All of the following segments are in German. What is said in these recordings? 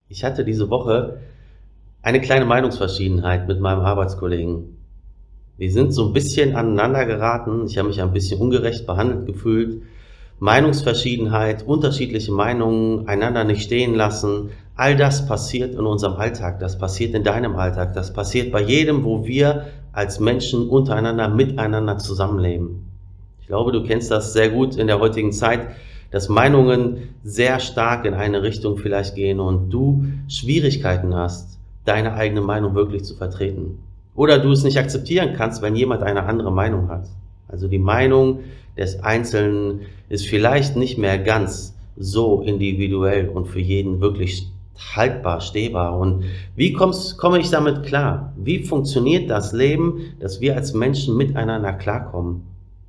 Ich hatte diese Woche eine kleine Meinungsverschiedenheit mit meinem Arbeitskollegen. Wir sind so ein bisschen aneinander geraten. Ich habe mich ein bisschen ungerecht behandelt gefühlt. Meinungsverschiedenheit, unterschiedliche Meinungen, einander nicht stehen lassen. All das passiert in unserem Alltag. Das passiert in deinem Alltag. Das passiert bei jedem, wo wir als Menschen untereinander, miteinander zusammenleben. Ich glaube, du kennst das sehr gut in der heutigen Zeit, dass Meinungen sehr stark in eine Richtung vielleicht gehen und du Schwierigkeiten hast, deine eigene Meinung wirklich zu vertreten. Oder du es nicht akzeptieren kannst, wenn jemand eine andere Meinung hat. Also die Meinung des Einzelnen ist vielleicht nicht mehr ganz so individuell und für jeden wirklich haltbar, stehbar. Und wie komme ich damit klar? Wie funktioniert das Leben, dass wir als Menschen miteinander klarkommen?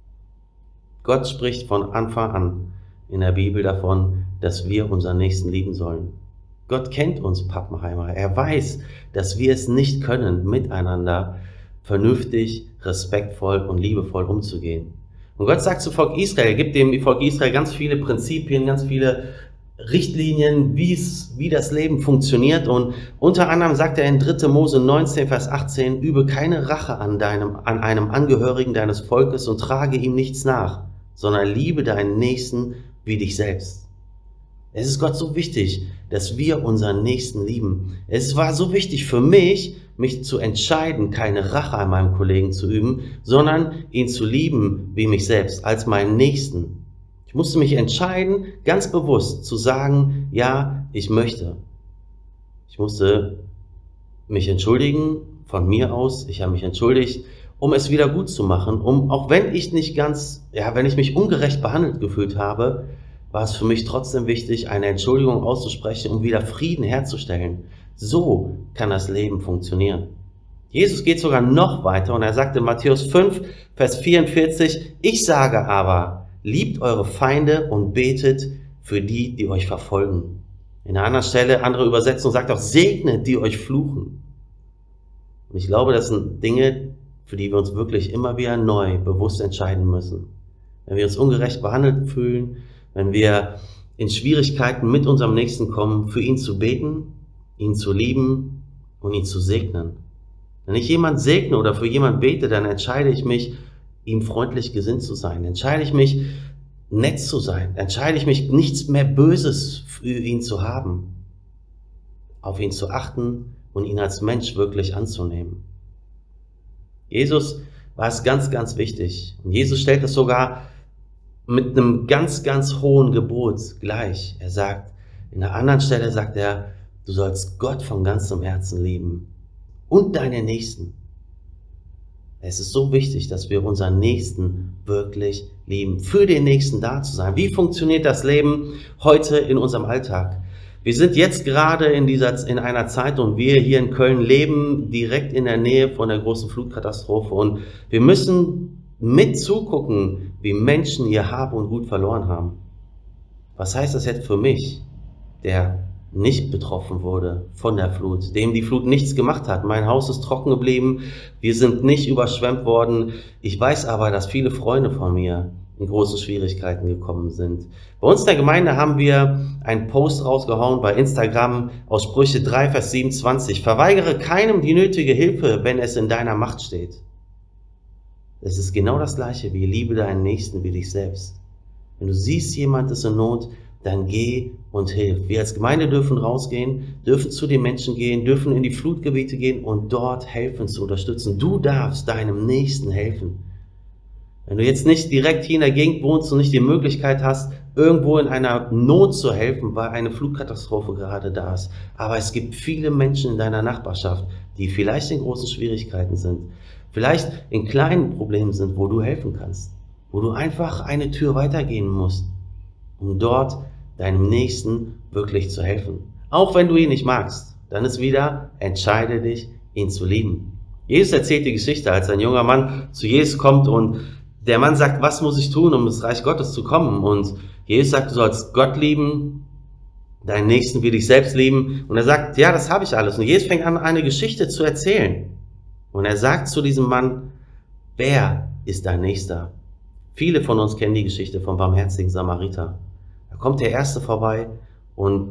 Gott spricht von Anfang an in der Bibel davon, dass wir unseren Nächsten lieben sollen. Gott kennt uns Pappenheimer. Er weiß, dass wir es nicht können, miteinander vernünftig, respektvoll und liebevoll umzugehen. Und Gott sagt zu Volk Israel, er gibt dem Volk Israel ganz viele Prinzipien, ganz viele Richtlinien, wie das Leben funktioniert. Und unter anderem sagt er in 3. Mose 19, Vers 18, übe keine Rache an einem Angehörigen deines Volkes und trage ihm nichts nach, sondern liebe deinen Nächsten wie dich selbst. Es ist Gott so wichtig, dass wir unseren Nächsten lieben. Es war so wichtig für mich zu entscheiden, keine Rache an meinem Kollegen zu üben, sondern ihn zu lieben wie mich selbst, als meinen Nächsten. Ich musste mich entscheiden, ganz bewusst zu sagen, ja, ich möchte. Ich musste mich entschuldigen von mir aus. Ich habe mich entschuldigt, um es wieder gut zu machen, auch wenn ich nicht wenn ich mich ungerecht behandelt gefühlt habe, war es für mich trotzdem wichtig, eine Entschuldigung auszusprechen, um wieder Frieden herzustellen. So kann das Leben funktionieren. Jesus geht sogar noch weiter und er sagt in Matthäus 5, Vers 44, ich sage aber, liebt eure Feinde und betet für die, die euch verfolgen. In einer anderen Stelle, andere Übersetzung sagt auch, segnet, die euch fluchen. Und ich glaube, das sind Dinge, für die wir uns wirklich immer wieder neu bewusst entscheiden müssen. Wenn wir uns ungerecht behandelt fühlen, wenn wir in Schwierigkeiten mit unserem Nächsten kommen, für ihn zu beten, ihn zu lieben und ihn zu segnen. Wenn ich jemanden segne oder für jemanden bete, dann entscheide ich mich, ihm freundlich gesinnt zu sein. Entscheide ich mich, nett zu sein. Entscheide ich mich, nichts mehr Böses für ihn zu haben. Auf ihn zu achten und ihn als Mensch wirklich anzunehmen. Jesus war es ganz, ganz wichtig. Und Jesus stellt das sogar mit einem ganz, ganz hohen Gebot gleich. Er sagt, in einer anderen Stelle sagt er, du sollst Gott von ganzem Herzen lieben und deine Nächsten. Es ist so wichtig, dass wir unseren Nächsten wirklich lieben, für den Nächsten da zu sein. Wie funktioniert das Leben heute in unserem Alltag? Wir sind jetzt gerade in einer Zeit und wir hier in Köln leben direkt in der Nähe von der großen Flutkatastrophe und wir müssen mit zugucken, wie Menschen ihr Hab und Gut verloren haben. Was heißt das jetzt für mich, der nicht betroffen wurde von der Flut, dem die Flut nichts gemacht hat? Mein Haus ist trocken geblieben, wir sind nicht überschwemmt worden. Ich weiß aber, dass viele Freunde von mir in große Schwierigkeiten gekommen sind. Bei uns in der Gemeinde haben wir einen Post rausgehauen bei Instagram aus Sprüche 3, Vers 27. Verweigere keinem die nötige Hilfe, wenn es in deiner Macht steht. Es ist genau das Gleiche wie liebe deinen Nächsten wie dich selbst. Wenn du siehst, jemand ist in Not, dann geh und hilf. Wir als Gemeinde dürfen rausgehen, dürfen zu den Menschen gehen, dürfen in die Flutgebiete gehen und dort helfen zu unterstützen. Du darfst deinem Nächsten helfen. Wenn du jetzt nicht direkt hier in der Gegend wohnst und nicht die Möglichkeit hast, irgendwo in einer Not zu helfen, weil eine Flutkatastrophe gerade da ist. Aber es gibt viele Menschen in deiner Nachbarschaft, die vielleicht in großen Schwierigkeiten sind, vielleicht in kleinen Problemen sind, wo du helfen kannst, wo du einfach eine Tür weitergehen musst, um dort deinem Nächsten wirklich zu helfen. Auch wenn du ihn nicht magst, dann ist wieder, entscheide dich, ihn zu lieben. Jesus erzählt die Geschichte, als ein junger Mann zu Jesus kommt und der Mann sagt, was muss ich tun, um ins Reich Gottes zu kommen? Und Jesus sagt, du sollst Gott lieben, deinen Nächsten wie dich selbst lieben. Und er sagt, ja, das habe ich alles. Und Jesus fängt an, eine Geschichte zu erzählen. Und er sagt zu diesem Mann, wer ist dein Nächster? Viele von uns kennen die Geschichte vom barmherzigen Samariter. Da kommt der Erste vorbei und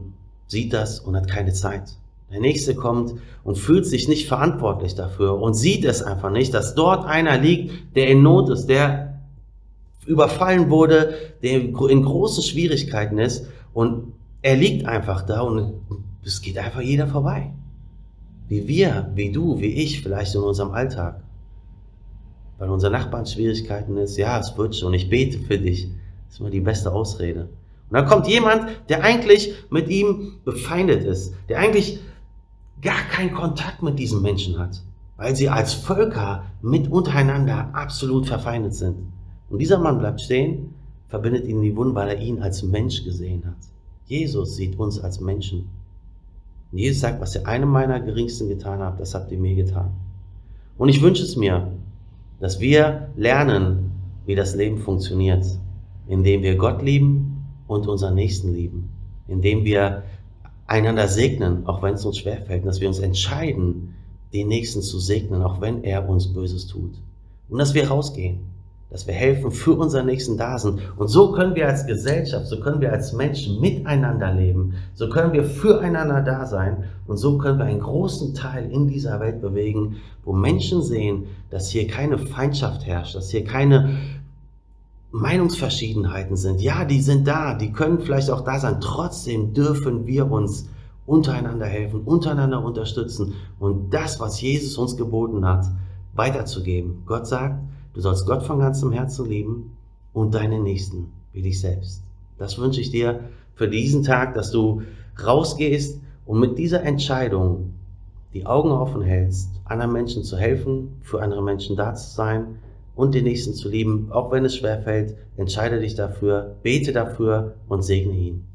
sieht das und hat keine Zeit. Der Nächste kommt und fühlt sich nicht verantwortlich dafür und sieht es einfach nicht, dass dort einer liegt, der in Not ist, der überfallen wurde, der in großen Schwierigkeiten ist und er liegt einfach da und es geht einfach jeder vorbei. Wie wir, wie du, wie ich vielleicht in unserem Alltag. Weil unser Nachbarn Schwierigkeiten ist, ja, es wird schon, ich bete für dich. Das ist immer die beste Ausrede. Und dann kommt jemand, der eigentlich mit ihm befeindet ist, der eigentlich gar keinen Kontakt mit diesem Menschen hat, weil sie als Völker mit untereinander absolut verfeindet sind. Und dieser Mann bleibt stehen, verbindet ihnen die Wunden, weil er ihn als Mensch gesehen hat. Jesus sieht uns als Menschen. Und Jesus sagt, was ihr einem meiner Geringsten getan habt, das habt ihr mir getan. Und ich wünsche es mir, dass wir lernen, wie das Leben funktioniert, indem wir Gott lieben und unseren Nächsten lieben, indem wir einander segnen, auch wenn es uns schwerfällt, dass wir uns entscheiden, den Nächsten zu segnen, auch wenn er uns Böses tut. Und dass wir rausgehen, dass wir helfen, für unseren Nächsten da sind. Und so können wir als Gesellschaft, so können wir als Menschen miteinander leben, so können wir füreinander da sein und so können wir einen großen Teil in dieser Welt bewegen, wo Menschen sehen, dass hier keine Feindschaft herrscht, dass hier keine Meinungsverschiedenheiten sind. Ja, die sind da, die können vielleicht auch da sein. Trotzdem dürfen wir uns untereinander helfen, untereinander unterstützen und das, was Jesus uns geboten hat, weiterzugeben. Gott sagt, du sollst Gott von ganzem Herzen lieben und deinen Nächsten wie dich selbst. Das wünsche ich dir für diesen Tag, dass du rausgehst und mit dieser Entscheidung die Augen offen hältst, anderen Menschen zu helfen, für andere Menschen da zu sein und den Nächsten zu lieben, auch wenn es schwerfällt. Entscheide dich dafür, bete dafür und segne ihn.